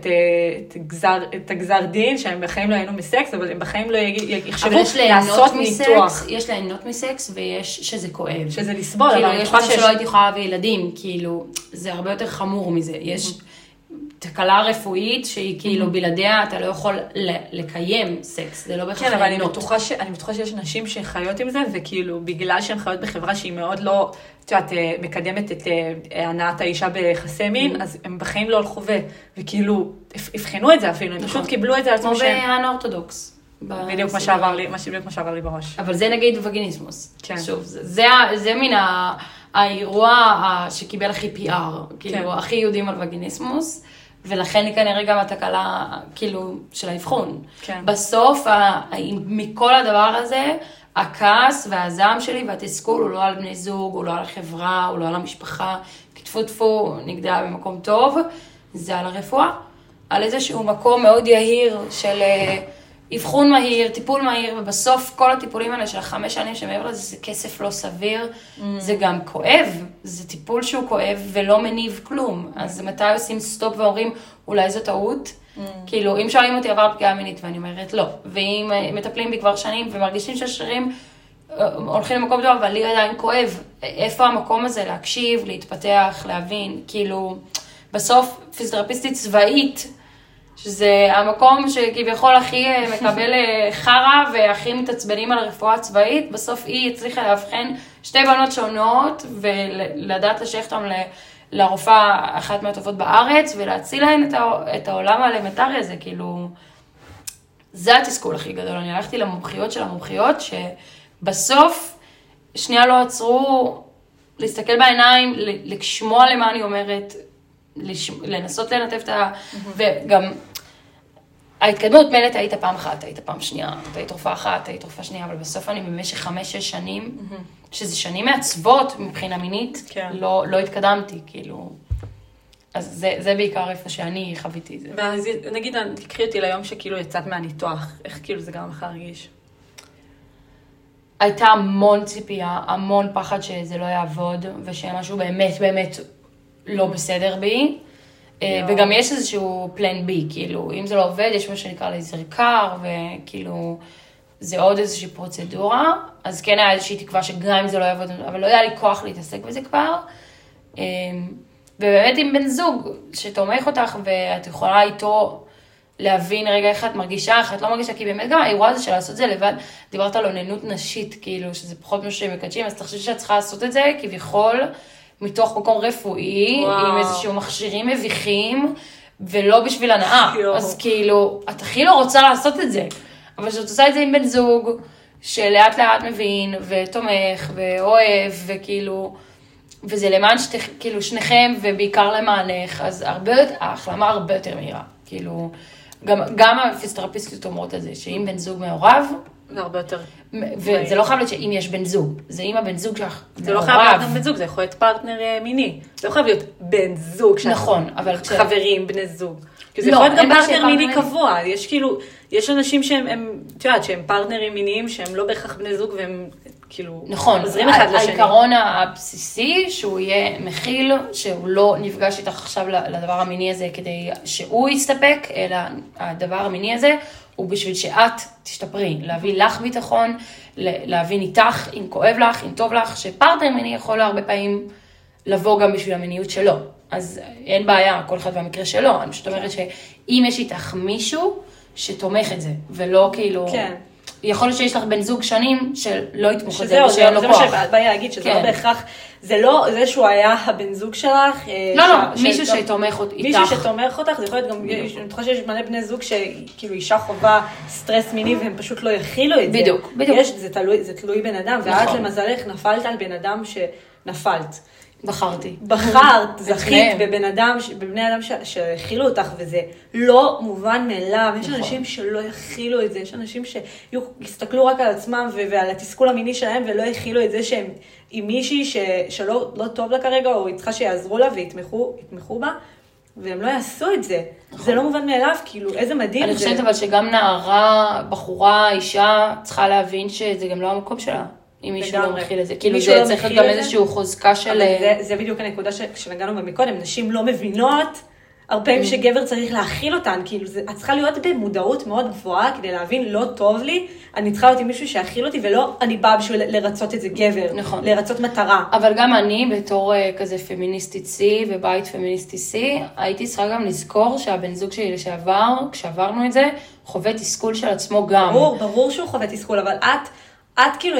את הגזר דין, שהם בחיים לא היינו מסקס, אבל הם בחיים לא יחשבו לעשות ניתוח. יש ליהנות מסקס ויש שזה כואב. שזה לסבול. כאילו, יש משהו שלא הייתי יכולה להביא ילדים, כאילו, זה הרבה יותר חמור מזה. יש... תקלה רפואית שהיא כאילו בלעדיה, אתה לא יכול לקיים סקס, זה לא בהכרח ליהנות. כן, אבל אני בטוחה שיש נשים שחיות עם זה, וכאילו בגלל שהן חיות בחברה שהיא מאוד לא, את מקדמת את הנעת האישה ביחסי מין, אז הם בחיים לא הלכו וכאילו הבחנו את זה אפילו, הם פשוט קיבלו את זה על עצמם שהם. כמו באנאורתודוקס. בדיוק מה שעבר לי בראש. אבל זה נגיד וגיניסמוס. שוב, זה מן האירוע שקיבל הכי PR, כאילו הכי יהודים על וגיניסמוס, ולכן היא כנראה גם התקלה, כאילו, של האבחון. כן. בסוף, מכל הדבר הזה, הכעס והזעם שלי והתסכול הוא לא על בני זוג, הוא לא על החברה, הוא לא על המשפחה, כתפו נגדלה במקום טוב, זה על הרפואה. על איזשהו מקום מאוד יהיר של אבחון מהיר, טיפול מהיר, ובסוף כל הטיפולים האלה של 5 שנים שמעבר לזה, זה כסף לא סביר, זה גם כואב, זה טיפול שהוא כואב ולא מניב כלום. אז מתי עושים סטופ ואומרים, אולי זו טעות? כאילו, אם שואלים אותי עבר פגיעה מינית, ואני אומרת לא. ואם מטפלים בי כבר שנים ומרגישים שהשרירים הולכים למקום טוב, אבל לי עדיין כואב, איפה המקום הזה להקשיב, להתפתח, להבין, כאילו, בסוף פיזיותרפיסטית צבאית, שזה המקום שכביכול הכי מקבל חרה והכי מתעצבנים על הרפואה הצבאית, בסוף היא הצליחה להבחן 2 בנות שונות ולדעת לשייך אותם לרופאה אחת מהטובות בארץ ולהציל להן את העולם האלמנטרי הזה, כאילו, זה התסכול הכי גדול. אני הלכתי למומחיות של המומחיות שבסוף שנייה לא עצרו להסתכל בעיניים, לשמוע למה אני אומרת, לנסות לנתב את וגם ההתקדמות מלט היית פעם אחת, היית פעם שנייה, היית תרופה אחת, היית תרופה שנייה, אבל בסוף אני במשך 5-6 שנים, שזה שנים מעצבות מבחינה מינית, לא התקדמתי, כאילו. אז זה בעיקר איפה שאני חוויתי את זה. ואז נגיד, תקחי אותי ליום שכאילו יצאת מהניתוח, איך כאילו זה גם לך הרגיש? הייתה המון ציפייה, המון פחד שזה לא יעבוד, ושמשהו באמת באמת לא בסדר בי. וגם יש איזשהו פלן בי, כאילו, אם זה לא עובד, יש מה שנקרא לייזר קר, וכאילו, זה עוד איזושהי פרוצדורה, אז כן היה איזושהי תקווה שגם אם זה לא יעבוד, אבל לא היה לי כוח להתעסק בזה כבר, ובאמת עם בן זוג שתומך אותך, ואת יכולה איתו להבין רגע איך את מרגישה, איך את לא מרגישה, כי באמת גם האירוע הזה של לעשות את זה לבד, דיברת על אוננות נשית, כאילו, שזה פחות משהו שהם מקדשים, אז תחשבי שאת צריכה לעשות את זה, כביכול, מתוך מקום רפואי, עם איזשהו מכשירים מביכים, ולא בשביל הנאה. אז כאילו, את הכי לא רוצה לעשות את זה. אבל כשאת עושה את זה עם בן זוג, שלאט לאט מבין, ותומך, ואוהב, וכאילו, וזה למען כאילו שניכם, ובעיקר למענך, אז ההחלמה הרבה יותר מהירה. כאילו, גם הפיזיותרפיסטיות אומרות את זה, שאם בן זוג מעורב, זה הרבה יותר. וזה לא חייב להיות שאם יש בן זוג, זה אם הבן זוג שלך מעורב. זה לא חייב להיות בן זוג, זה יכול להיות פרטנר מיני. זה לא חייב להיות בן זוג. נכון, אבל חברים, בני זוג. כי זה יכול להיות גם פרטנר מיני קבוע. יש כאילו, יש אנשים שהם, את יודעת, שהם פרטנרים מיניים, שהם לא בהכרח בני זוג, והם כאילו עוזרים אחד לשני. העיקרון הבסיסי, שהוא יהיה מכיל, שהוא לא נפגש איתך עכשיו לדבר המיני הזה, כדי שהוא יסתפק, אלא הדבר המיני הזה, הוא בשביל שאת תשתפרי, להביא לך ביטחון, להבין איתך, אם כואב לך, אם טוב לך, שפרטנר מיני יכול הרבה פעמים לבוא גם בשביל המיניות שלו. אז אין בעיה, כל אחד במקרה שלו. אני פשוט אומרת שאם יש איתך מישהו שתומך את זה, ולא כאילו... כן. יכול להיות שיש לך בן זוג שנים שלא יתמוך את זה, ושאין לו כוח. זה מה שבאתי להגיד, שזה לא בהכרח, זה לא זה שהוא היה הבן זוג שלך. לא, מישהו שתומך איתך. מישהו שתומך אותך, זה יכול להיות גם, אני חושבת שיש מלא בני זוג שכאילו אישה חובה סטרס מיני, והם פשוט לא יכילו את זה. בדיוק. זה תלוי בן אדם, ואת למזלך נפלת על בן אדם שנפלת. בחרת, זכית בבני אדם שהכילו אותך, וזה לא מובן מאליו. יש אנשים שלא יכילו את זה, יש אנשים שיסתכלו רק על עצמם ועל התסכול המיני שלהם, ולא יכילו את זה שהם עם מישהי שלא טוב לה כרגע, או היא צריכה שיעזרו לה ויתמכו בה, והם לא יעשו את זה. זה לא מובן מאליו, כאילו, איזה מדהים. אני חושבת אבל שגם נערה, בחורה, אישה, צריכה להבין שזה גם לא המקום שלה. אם מישהו לא מכיל את זה. כאילו זה צריך גם איזשהו חוזקה של... זה בדיוק הנקודה שנגענו במקודם. נשים לא מבינות הרבה פעמים שגבר צריך להכיל אותן. כאילו את צריכה להיות במודעות מאוד גבוהה כדי להבין לא טוב לי. אני צריכה להיות עם מישהו שיכיל אותי, ולא אני באה בשביל לרצות את זה גבר. נכון. לרצות מטרה. אבל גם אני בתור כזה פמיניסטית C ובית פמיניסטי C, הייתי צריכה גם לזכור שהבן זוג שלי לשעבר, כשעברנו את זה, חווה תסכול של עצמו גם. ברור שהוא חווה תסכול, אבל את כאילו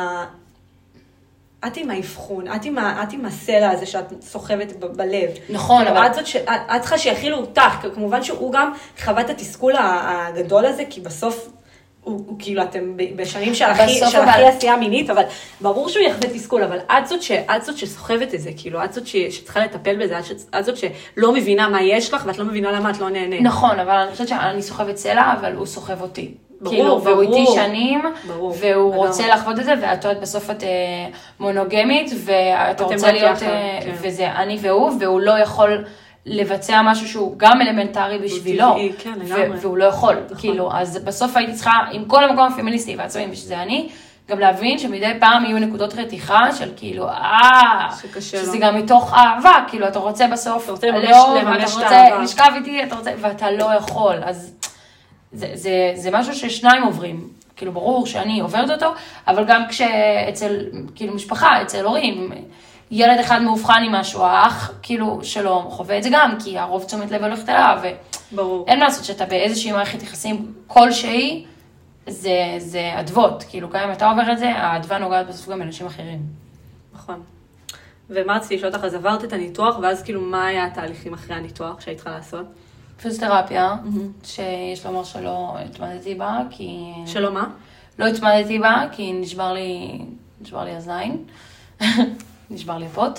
את עם האבחון, את עם הסלע הזה שאת סוחבת בלב. נכון, אבל... את צריכה שיכילו אותך, כמובן שהוא גם חווה את התסכול הגדול הזה, כי בסוף הוא כאילו אתם בשנים של הכי עשייה מינית, אבל ברור שהוא יחווה תסכול, אבל את זאת שסוחבת את זה, כאילו את זאת שצריכה לטפל בזה, את זאת שלא מבינה מה יש לך, ואת לא מבינה למה את לא נהנית. נכון, אבל אני חושבת שאני סוחבת סלע, אבל הוא סוחב אותי. כאילו, והוא איתי שנים, והוא רוצה לחוות את זה, ואת יודעת, בסוף את מונוגמית, ואתה רוצה להיות, וזה אני והוא לא יכול לבצע משהו שהוא גם אלמנטרי בשבילו, והוא לא יכול, כאילו, אז בסוף הייתי צריכה, עם כל המקום הפמיניסטי והעצמאים, ושזה אני, גם להבין שמדי פעם יהיו נקודות רתיחה של כאילו, שזה גם מתוך אהבה, כאילו, אתה רוצה בסוף, אתה רוצה לשכב איתי, ואתה לא יכול, אז זה משהו ששניים עוברים, כאילו ברור שאני עוברת אותו, אבל גם כשאצל, כאילו משפחה, אצל הורים, ילד אחד מאובחן עם משהו, האח כאילו שלא חווה את זה גם, כי הרוב תשומת לב הולכת אליו, ואין מה לעשות שאתה באיזושהי מערכת יחסים כלשהי, זה אדוות, כאילו גם אם אתה עובר את זה, האדווה נוגעת בסוף גם אנשים אחרים. נכון. ומה רציתי לשאול אותך, אז עברת את הניתוח, ואז כאילו מה היה התהליכים אחרי הניתוח שהיית צריכה לעשות? פיזיותרפיה, שיש לומר שלא התמדתי בה, כי... שלא מה? לא התמדתי בה, כי נשבר לי הזין, נשבר לי הפוט,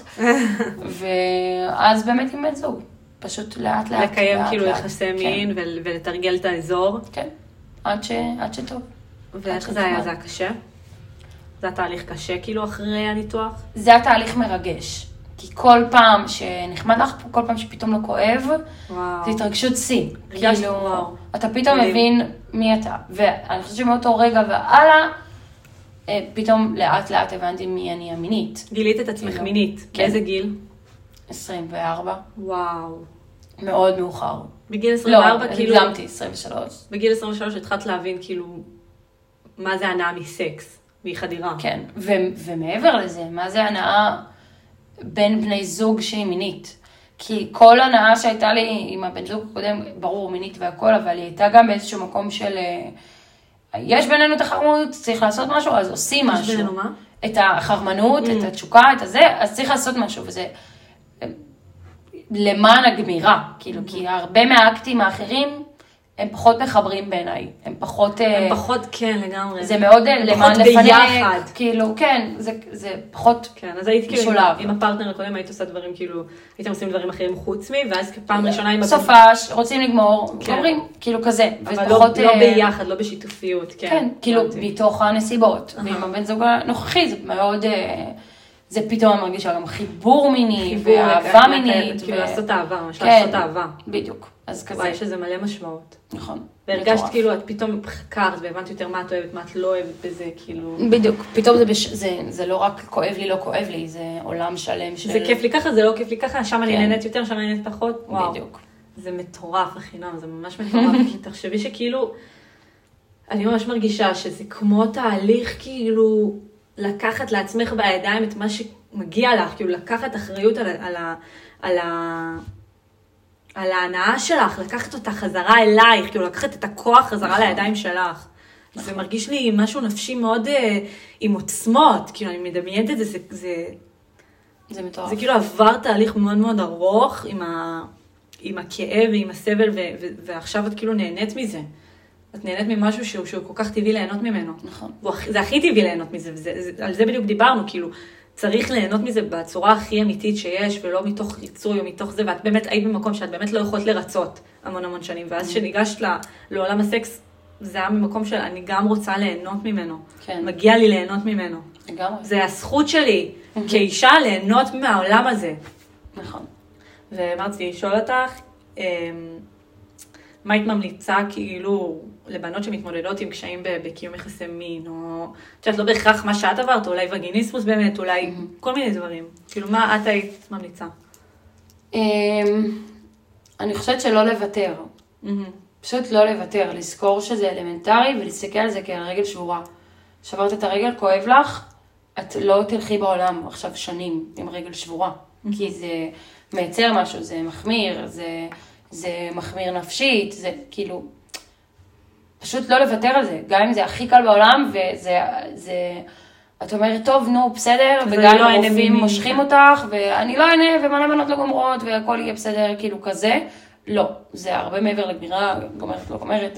ואז באמת עם בן זוג, פשוט לאט לאט. לקיים כאילו יחסי מין ולתרגל את האזור. כן, עד שטוב. ואיך זה היה? זה היה קשה? זה התהליך קשה כאילו אחרי הניתוח? זה התהליך מרגש. כי כל פעם שנחמד לך, כל פעם שפתאום לא כואב, זה התרגשות C. כאילו, אתה פתאום מבין מי אתה. ואני חושבת שמאותו רגע והלאה, פתאום לאט לאט הבנתי מי אני המינית. גילית את עצמך מינית. באיזה גיל? 24. וואו. מאוד מאוחר. בגיל 24 כאילו... לא, הגזמתי, 23. בגיל 23 התחלת להבין כאילו, מה זה הנאה מסקס, מחדירה. כן, ומעבר לזה, מה זה הנאה... בין בני זוג שהיא מינית. כי כל הנאה שהייתה לי עם הבן זוג הקודם, ברור מינית והכל, אבל היא הייתה גם באיזשהו מקום של... יש בינינו את החרמנות, צריך לעשות משהו, אז עושים משהו. יש בינינו מה? את החרמנות, את התשוקה, את הזה, אז צריך לעשות משהו. וזה... למען הגמירה, כאילו, כי הרבה מהאקטים האחרים, הם פחות מחברים בעיניי, הם פחות, כן, לגמרי. זה מאוד למען לפנק, כאילו, כן, זה פחות כן, אז היית כאילו, משולב. עם הפרטנר הקודם, היית עושה דברים כאילו, הייתם עושים דברים אחרים חוץ מי, ואז פעם ראשונה עם סופש, רוצים לגמור, אומרים, כאילו כזה. אבל לא ביחד, לא בשיתופיות, כן. כן, כאילו, מתוך הנסיבות, ועם הבן זוג הנוכחי, זה מאוד, זה פתאום מרגישה גם חיבור מיני, ואהבה מינית. כאילו לעשות אהבה, ממש לעשות אהבה. בדיוק. אז כזה. וואי, יש לזה מלא משמעות. נכון. והרגשת כאילו, את פתאום חקרת, והבנת יותר מה את אוהבת, מה את לא אוהבת בזה, כאילו... בדיוק. פתאום זה לא רק כואב לי, לא כואב לי, זה עולם שלם של... זה כיף לי ככה, זה לא כיף לי ככה, שם אני נהנית יותר, שם אני נהנית פחות. וואו. בדיוק. זה מטורף, החינם, זה ממש מטורף. כי תחשבי שכאילו, אני ממש מרגישה שזה כמו תהליך, כאילו, לקחת לעצמך בידיים את מה שמגיע לך, כאילו, לקחת אחריות על ההנאה שלך, לקחת אותה חזרה אלייך, כאילו לקחת את הכוח חזרה לידיים שלך. זה מרגיש לי משהו נפשי מאוד עם עוצמות, כאילו אני מדמיינת את זה, זה מטורף. זה כאילו עבר תהליך מאוד מאוד ארוך עם הכאב ועם הסבל, ועכשיו את כאילו נהנית מזה. את נהנית ממשהו שהוא כל כך טבעי ליהנות ממנו. נכון. זה הכי טבעי ליהנות מזה, על זה בדיוק דיברנו, כאילו, צריך ליהנות מזה בצורה הכי אמיתית שיש, ולא מתוך ריצוי או מתוך זה, ואת באמת היית במקום שאת באמת לא יכולת לרצות המון שנים, ואז שניגשת לעולם הסקס, זה היה ממקום של אני גם רוצה ליהנות ממנו. כן. מגיע לי ליהנות ממנו. לגמרי. זה הזכות שלי כאישה ליהנות מהעולם הזה. נכון. ואמרתי לשאול אותך, מה היית ממליצה כאילו לבנות שמתמודדות עם קשיים בקיום יחסי מין, או לא בהכרח מה שאת עברת, אולי וגיניסמוס באמת, אולי כל מיני דברים. כאילו מה את היית ממליצה? אני חושבת שלא לוותר. פשוט לא לוותר, לזכור שזה אלמנטרי ולהסתכל על זה כעל רגל שבורה. שברת את הרגל, כואב לך, את לא תלכי בעולם עכשיו שנים עם רגל שבורה. כי זה מייצר משהו, זה מחמיר, זה מחמיר נפשית, זה כאילו, פשוט לא לוותר על זה, גם אם זה הכי קל בעולם, את אומרת, טוב, נו, בסדר, וגם הרופאים מושכים אותך, ואני לא אענה, ומלא מנות לא גומרות, והכל יהיה בסדר, כאילו כזה, לא, זה הרבה מעבר לגמירה, גומרת, לא גומרת,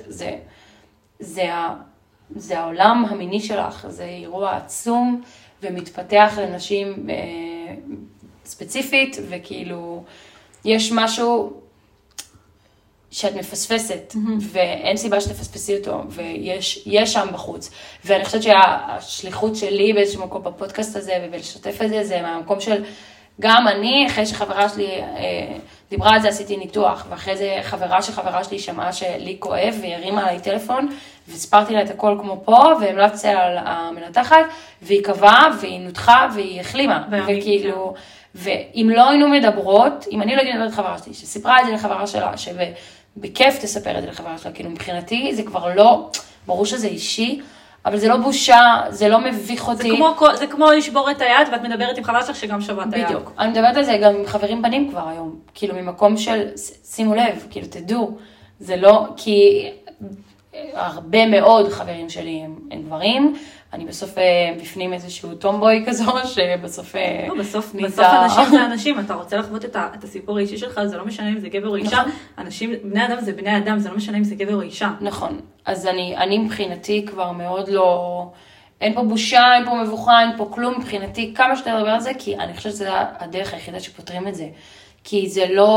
זה העולם המיני שלך, זה אירוע עצום, ומתפתח לנשים ספציפית, וכאילו, יש משהו שאת מפספסת, ואין סיבה שתפספסי אותו, ויש שם בחוץ. ואני חושבת שהשליחות שלי באיזשהו מקום בפודקאסט הזה, ובלשתף את זה, זה מהמקום של, גם אני, אחרי שחברה שלי דיברה על זה, עשיתי ניתוח, ואחרי זה חברה שלי שמעה שלי כואב, והיא הרימה עליי טלפון, וספרתי לה את הכל כמו פה, והמלצתי על המנתחת, והיא קבעה, והיא נותחה, והיא החלימה. וכאילו, ואם לא היינו מדברות, אם אני לא אגיד את חברה שלי, שסיפרה את זה לחברה שלה, שבכיף תספר את זה לחברה שלה, כאילו מבחינתי זה כבר לא, ברור שזה אישי, אבל זה לא בושה, זה לא מביך אותי. זה כמו לשבור את היד, ואת מדברת עם חברה שלך שגם שברה את היד. בדיוק. אני מדברת על זה גם עם חברים בנים כבר היום, כאילו ממקום של, שימו לב, כאילו תדעו, זה לא, כי הרבה מאוד חברים שלי הם גברים, אני בסוף בפנים איזשהו טומבוי כזו, שבסוף בסוף אנשים זה אנשים, אתה רוצה לחוות את הסיפור האישי שלך, זה לא משנה אם זה גבר או אישה, אנשים, בני אדם זה בני אדם, זה לא משנה אם זה גבר או אישה. נכון, אז אני מבחינתי כבר מאוד לא, אין פה בושה, אין פה מבוכה, אין פה כלום מבחינתי, כמה שאתה לדבר על זה, כי אני חושבת שזה הדרך היחידה שפותרים את זה, כי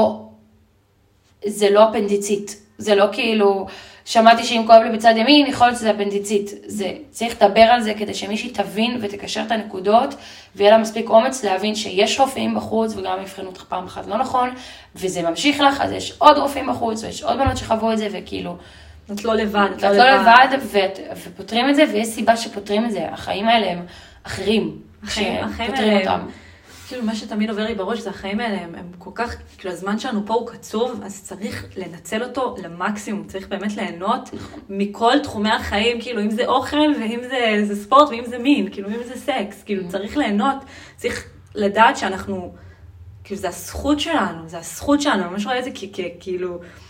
זה לא אפנדיצית, זה לא כאילו, שמעתי שאם כואב לי בצד ימין, יכול להיות שזה אפנדיצית. זה צריך לדבר על זה כדי שמישהי תבין ותקשר את הנקודות, ויהיה לה מספיק אומץ להבין שיש רופאים בחוץ, וגם יבחנו אותך פעם אחת לא נכון, וזה ממשיך לך, אז יש עוד רופאים בחוץ, ויש עוד בנות שחוו את זה, וכאילו... את לא לבד. את לא לבד, ופותרים את זה, ויש סיבה שפותרים את זה. החיים האלה הם אחרים, שפותרים אותם. כאילו מה שתמיד עובר לי בראש זה החיים האלה, הם כל כך, כאילו הזמן שלנו פה הוא קצוב, אז צריך לנצל אותו למקסימום, צריך באמת ליהנות מכל תחומי החיים, כאילו אם זה אוכל ואם זה ספורט ואם זה מין, כאילו אם זה סקס, כאילו צריך ליהנות, צריך לדעת שאנחנו, כאילו זה הזכות שלנו, אני ממש רואה את זה כאילו,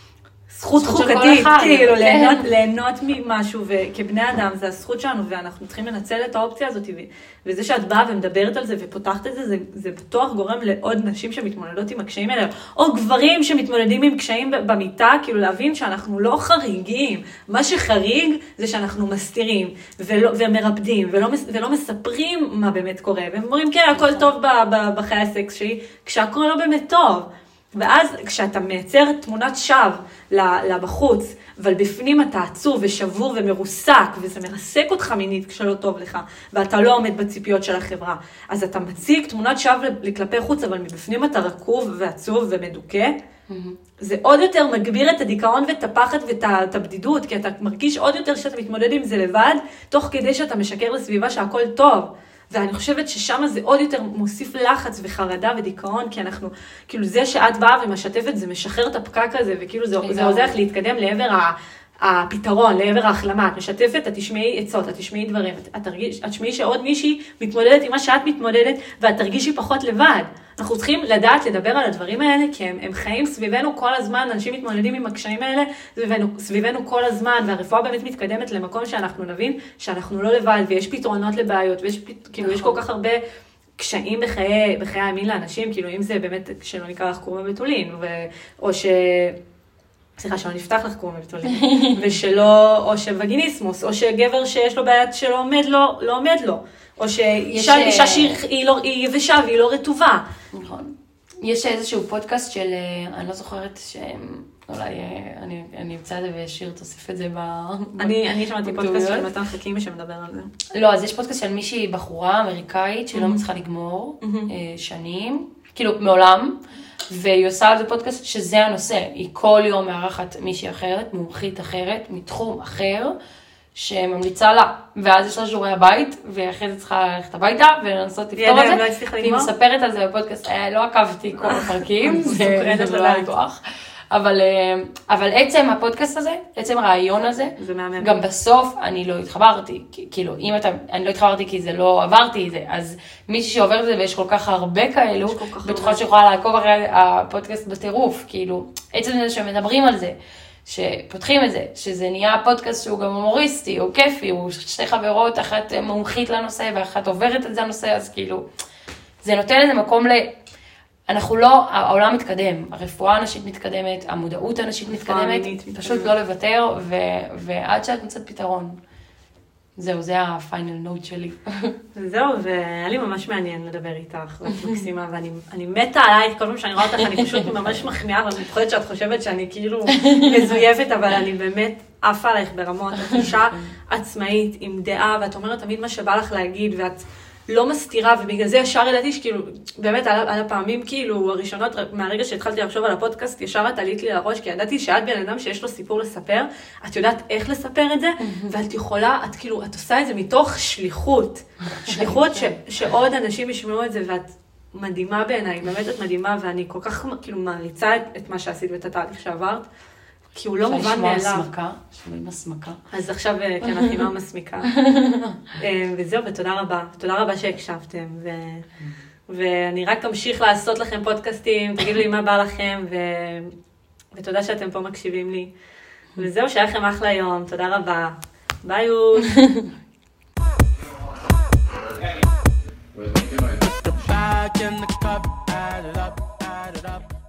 זכות חוקתית, כאילו, ליהנות ממשהו, וכבני אדם, זה הזכות שלנו, ואנחנו צריכים לנצל את האופציה הזאת, וזה שאת באה ומדברת על זה, ופותחת את זה, זה בטוח גורם לעוד נשים שמתמודדות עם הקשיים האלה, או גברים שמתמודדים עם קשיים במיטה, כאילו להבין שאנחנו לא חריגים, מה שחריג זה שאנחנו מסתירים, ומרפדים, ולא מספרים מה באמת קורה, והם אומרים, כן, הכל טוב בחיי הסקס שלי, כשהכל לא באמת טוב. ואז כשאתה מייצר תמונת שווא לבחוץ, אבל בפנים אתה עצוב ושבור ומרוסק, וזה מרסק אותך מינית כשלא טוב לך, ואתה לא עומד בציפיות של החברה, אז אתה מציג תמונת שווא כלפי חוץ, אבל מבפנים אתה רקוב ועצוב ומדוכא, זה עוד יותר מגביר את הדיכאון ואת הפחד ואת הבדידות, כי אתה מרגיש עוד יותר שאתה מתמודד עם זה לבד, תוך כדי שאתה משקר לסביבה שהכל טוב. ואני חושבת ששם זה עוד יותר מוסיף לחץ וחרדה ודיכאון, כי אנחנו, כאילו זה שאת באה ומשתפת, זה משחרר את הפקק הזה, וכאילו זה עוזר לך להתקדם לעבר הפתרון, לעבר ההחלמה. את משתפת, את תשמעי עצות, את תשמעי דברים, את תשמעי שעוד מישהי מתמודדת עם מה שאת מתמודדת, ואת תרגישי פחות לבד. אנחנו צריכים לדעת לדבר על הדברים האלה, כי הם חיים סביבנו כל הזמן, אנשים מתמודדים עם הקשיים האלה, סביבנו כל הזמן, והרפואה באמת מתקדמת למקום שאנחנו נבין שאנחנו לא לבד, ויש פתרונות לבעיות, ויש כאילו יש כל כך הרבה קשיים בחיי הימין לאנשים, כאילו אם זה באמת שלא נקרא לך קורמה בתולין, או סליחה, שלא נפתח לך קורמה בתולין, או שווגיניסמוס, או שגבר שיש לו בעיית שלא עומד לו, או שאישה שהיא יבשה והיא לא רטובה. נכון. יש איזשהו פודקאסט של, אני לא זוכרת אולי אני אמצא את זה ואשאיר, תוסיף את זה אני שמעתי פודקאסט של מתן חכימי שמדבר על זה. לא, אז יש פודקאסט של מישהי בחורה אמריקאית שלא מצליחה לגמור שנים, כאילו מעולם, והיא עושה על זה פודקאסט שזה הנושא. היא כל יום מארחת מישהי אחרת, מומחית אחרת, מתחום אחר, שממליצה לה, ואז יש לה שיעורי הבית, ואחרי זה צריכה ללכת הביתה, ולנסות לפתור את זה. היא מספרת על זה בפודקאסט, לא עקבתי כל הפרקים, זה לא היה כוח. אבל עצם הפודקאסט הזה, עצם הרעיון הזה, גם בסוף אני לא התחברתי, כאילו, אני לא התחברתי כי זה לא עברתי את זה, אז מישהי שעובר את זה, ויש כל כך הרבה כאלו, בטוחה שיכולה לעקוב אחרי הפודקאסט בטירוף, כאילו, עצם זה שמדברים על זה, שפותחים את זה, שזה נהיה פודקאסט שהוא גם הומוריסטי, הוא כיפי, הוא שתי חברות, אחת מומחית לנושא, ואחת עוברת את זה הנושא, אז כאילו, זה נותן איזה מקום אנחנו לא, העולם מתקדם, הרפואה הנשית מתקדמת, המודעות הנשית מתקדמת, פשוט לא לוותר, ועד שאת מצאת פתרון. זהו, זה הפיינל נוט שלי. זהו, והיה לי ממש מעניין לדבר איתך, ואת מקסימה, ואני מתה עלייך, כל פעם שאני רואה אותך, אני פשוט ממש מחמיאה, ואני חושבת שאת חושבת שאני כאילו מזויפת, אבל אני באמת עפה עלייך ברמות, את אישה עצמאית, עם דעה, ואת אומרת תמיד מה שבא לך להגיד, ואת לא מסתירה, ובגלל זה ישר ידעתי שכאילו, באמת על הפעמים כאילו הראשונות, מהרגע שהתחלתי לחשוב על הפודקאסט, ישר את עלית לי לראש, כי ידעתי שאת בן אדם שיש לו סיפור לספר, את יודעת איך לספר את זה, ואת יכולה, את כאילו, את עושה את זה מתוך שליחות, שליחות שעוד אנשים ישמעו את זה, ואת מדהימה בעיניי, באמת את מדהימה, ואני כל כך כאילו מעריצה את מה שעשית ואת התהליך שעברת, כי הוא לא מובן מאליו. שומעים הסמכה. אז עכשיו, כן, החימה מסמיקה. וזהו, ותודה רבה. תודה רבה שהקשבתם. ואני רק אמשיך לעשות לכם פודקאסטים, תגידו לי מה בא לכם, ותודה שאתם פה מקשיבים לי. וזהו, שהיה לכם אחלה יום. תודה רבה. ביי יוש. The bag in the cup, add it up, add it up.